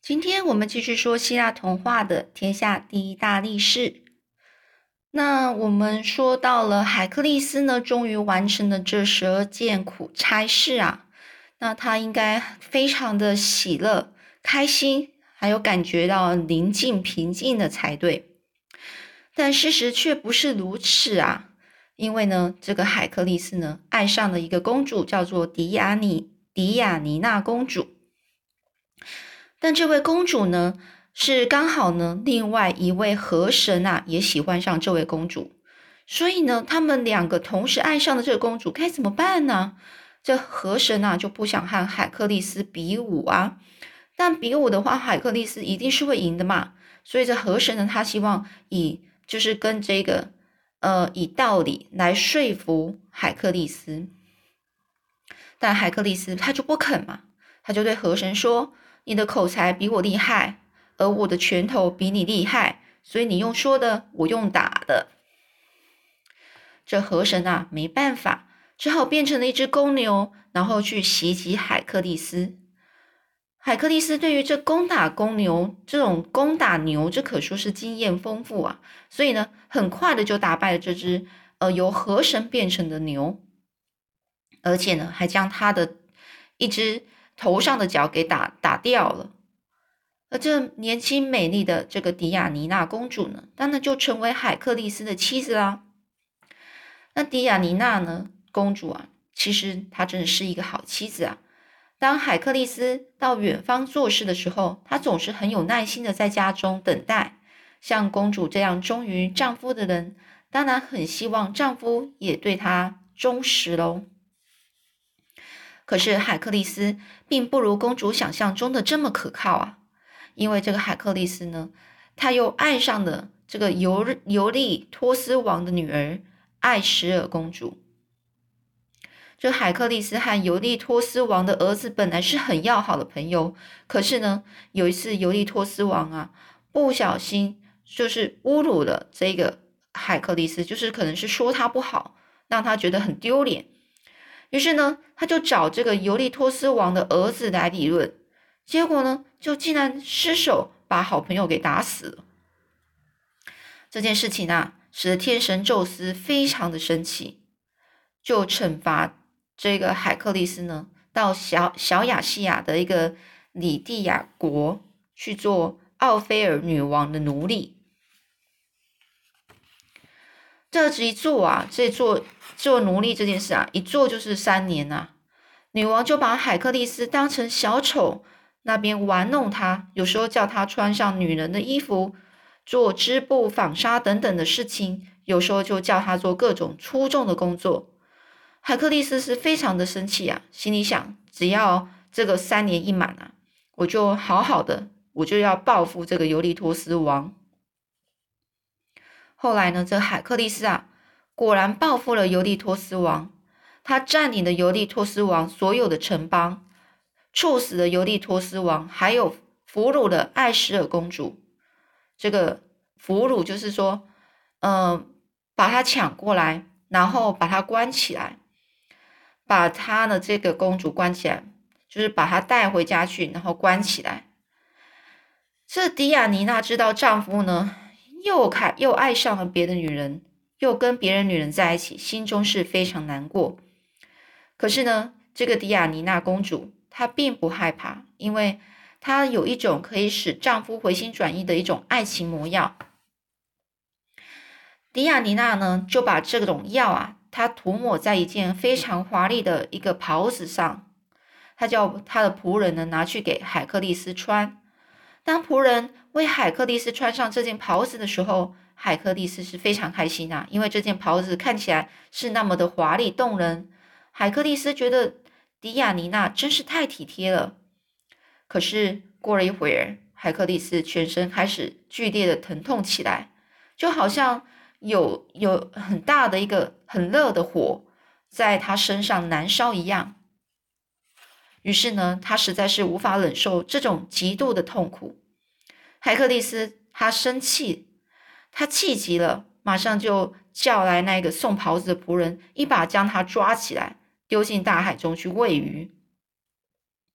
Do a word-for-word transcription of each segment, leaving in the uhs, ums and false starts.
今天我们继续说希腊童话的天下第一大力士。那我们说到了海克力斯呢，终于完成了这十二件苦差事啊。那他应该非常的喜乐、开心，还有感觉到宁静平静的才对。但事实却不是如此啊，因为呢，这个海克力斯呢，爱上了一个公主，叫做迪亚尼迪亚尼娜公主。但这位公主呢，是刚好呢，另外一位河神啊，也喜欢上这位公主，所以呢，他们两个同时爱上了这个公主，该怎么办呢？这河神啊，就不想和海克力斯比武啊，但比武的话，海克力斯一定是会赢的嘛，所以这河神呢，他希望以就是跟这个呃以道理来说服海克力斯，但海克力斯他就不肯嘛，他就对河神说：“你的口才比我厉害，而我的拳头比你厉害，所以你用说的，我用打的。”这河神啊，没办法，只好变成了一只公牛，然后去袭击海克力斯。海克力斯对于这攻打公牛，这种攻打牛，这可说是经验丰富啊，所以呢，很快的就打败了这只呃由河神变成的牛，而且呢，还将他的一只头上的角给打打掉了。而这年轻美丽的这个迪亚尼娜公主呢，当然就成为海克力斯的妻子啦。那迪亚尼娜呢，公主啊，其实她真的是一个好妻子啊。当海克力斯到远方做事的时候，她总是很有耐心的在家中等待。像公主这样忠于丈夫的人，当然很希望丈夫也对她忠实喽。可是海克力斯并不如公主想象中的这么可靠啊。因为这个海克力斯呢，他又爱上了这个尤尤利托斯王的女儿艾什尔公主。这海克力斯和尤利托斯王的儿子本来是很要好的朋友，可是呢，有一次尤利托斯王啊，不小心就是侮辱了这个海克力斯，就是可能是说他不好，让他觉得很丢脸。于是呢，他就找这个尤利托斯王的儿子来理论。结果呢，就竟然失手把好朋友给打死了。这件事情啊，使得天神宙斯非常的生气，就惩罚这个海克力斯呢，到小小亚细亚的一个里蒂亚国去做奥菲尔女王的奴隶。这一做啊，这做做奴隶这件事啊，一做就是三年啊。女王就把海克力斯当成小丑，那边玩弄他，有时候叫他穿上女人的衣服，做织布、纺纱等等的事情，有时候就叫他做各种粗重的工作。海克力斯是非常的生气啊，心里想：只要这个三年一满啊，我就好好的，我就要报复这个尤利托斯王。后来呢，这海克力斯啊，果然报复了尤利托斯王，他占领了尤利托斯王所有的城邦。处死了尤利托斯王，还有俘虏了艾什尔公主。这个俘虏就是说，呃，把他抢过来，然后把他关起来，把他的这个公主关起来，就是把她带回家去，然后关起来。这迪亚尼娜知道丈夫呢，又开又爱上了别的女人，又跟别人女人在一起，心中是非常难过。可是呢，这个迪亚尼娜公主，她并不害怕，因为她有一种可以使丈夫回心转意的一种爱情魔药。迪亚尼娜呢，就把这种药啊，她涂抹在一件非常华丽的一个袍子上，她叫她的仆人呢拿去给海克力斯穿。当仆人为海克力斯穿上这件袍子的时候，海克力斯是非常开心啊，因为这件袍子看起来是那么的华丽动人。海克力斯觉得迪亚尼娜真是太体贴了。可是过了一会儿，海克力斯全身开始剧烈的疼痛起来，就好像有有很大的一个很热的火在他身上燃烧一样。于是呢，他实在是无法忍受这种极度的痛苦。海克力斯他生气，他气急了，马上就叫来那个送袍子的仆人，一把将他抓起来，丢进大海中去喂鱼。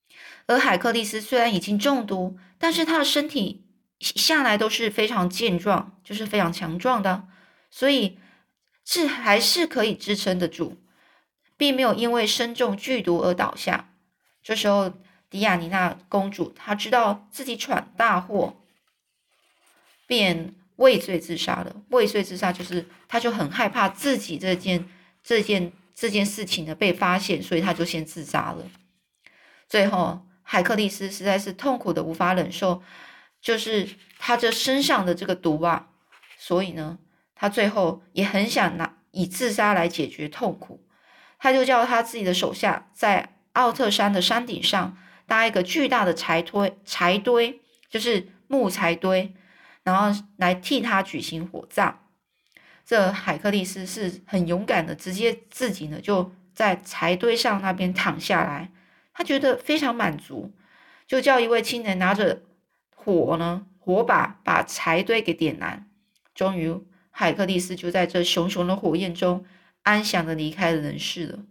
而海克力斯虽然已经中毒，但是他的身体向来都是非常健壮，就是非常强壮的，所以是还是可以支撑得住，并没有因为身中剧毒而倒下。这时候迪亚妮娜公主她知道自己闯大祸，便畏罪自杀了。畏罪自杀就是她就很害怕自己这件这件这件事情呢被发现，所以她就先自杀了。最后海克力斯实在是痛苦的无法忍受，就是他这身上的这个毒啊，所以呢他最后也很想拿以自杀来解决痛苦。他就叫他自己的手下在奥特山的山顶上搭一个巨大的柴堆柴堆就是木材堆，然后来替他举行火葬。这海克力斯是很勇敢的，直接自己呢就在柴堆上那边躺下来，他觉得非常满足，就叫一位青年拿着火呢火把把柴堆给点燃。终于海克力斯就在这熊熊的火焰中安详的离开了人世了。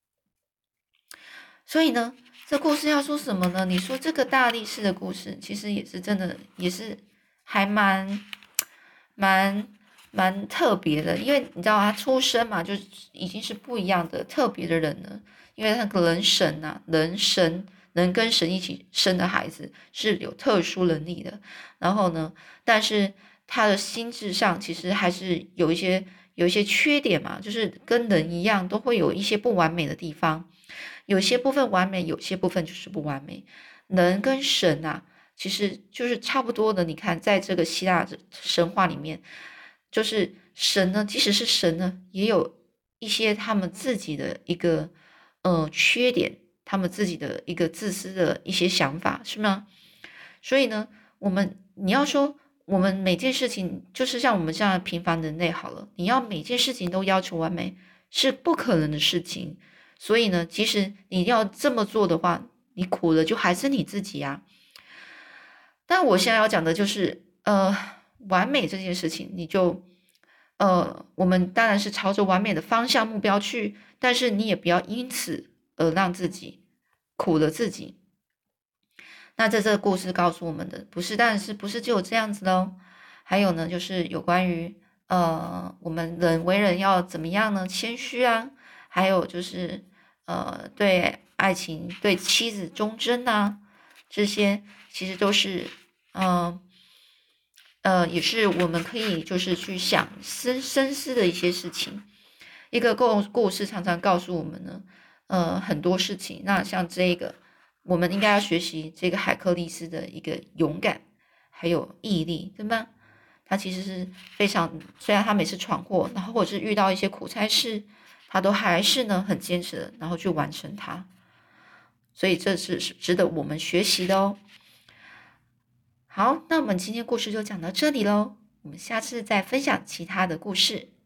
所以呢，这故事要说什么呢？你说这个大力士的故事，其实也是真的，也是还蛮蛮蛮特别的，因为你知道他出生嘛，就已经是不一样的特别的人了。因为那个人神啊，人神能跟神一起生的孩子是有特殊能力的。然后呢，但是他的心智上其实还是有一些有一些缺点嘛，就是跟人一样都会有一些不完美的地方。有些部分完美，有些部分就是不完美。人跟神啊，其实就是差不多的。你看，在这个希腊神话里面，就是神呢，即使是神呢，也有一些他们自己的一个呃缺点，他们自己的一个自私的一些想法，是吗？所以呢，我们你要说我们每件事情，就是像我们这样的平凡人类好了，你要每件事情都要求完美，是不可能的事情。所以呢，即使你要这么做的话，你苦了就还是你自己啊。但我现在要讲的就是，呃，完美这件事情，你就，呃，我们当然是朝着完美的方向目标去，但是你也不要因此而让自己苦了自己。那在这个故事告诉我们的，不是，当然是不是只有这样子咯。还有呢，就是有关于，呃，我们人为人要怎么样呢？谦虚啊。还有就是，呃，对爱情、对妻子忠贞啊，这些其实都是，嗯、呃，呃，也是我们可以就是去想深深思的一些事情。一个故故事常常告诉我们呢，呃，很多事情。那像这个，我们应该要学习这个海克力斯的一个勇敢，还有毅力，对吗？他其实是非常，虽然他每次闯祸，然后或者是遇到一些苦差事，他都还是呢很坚持的，然后去完成它，所以这是值得我们学习的哦。好，那我们今天故事就讲到这里喽，我们下次再分享其他的故事。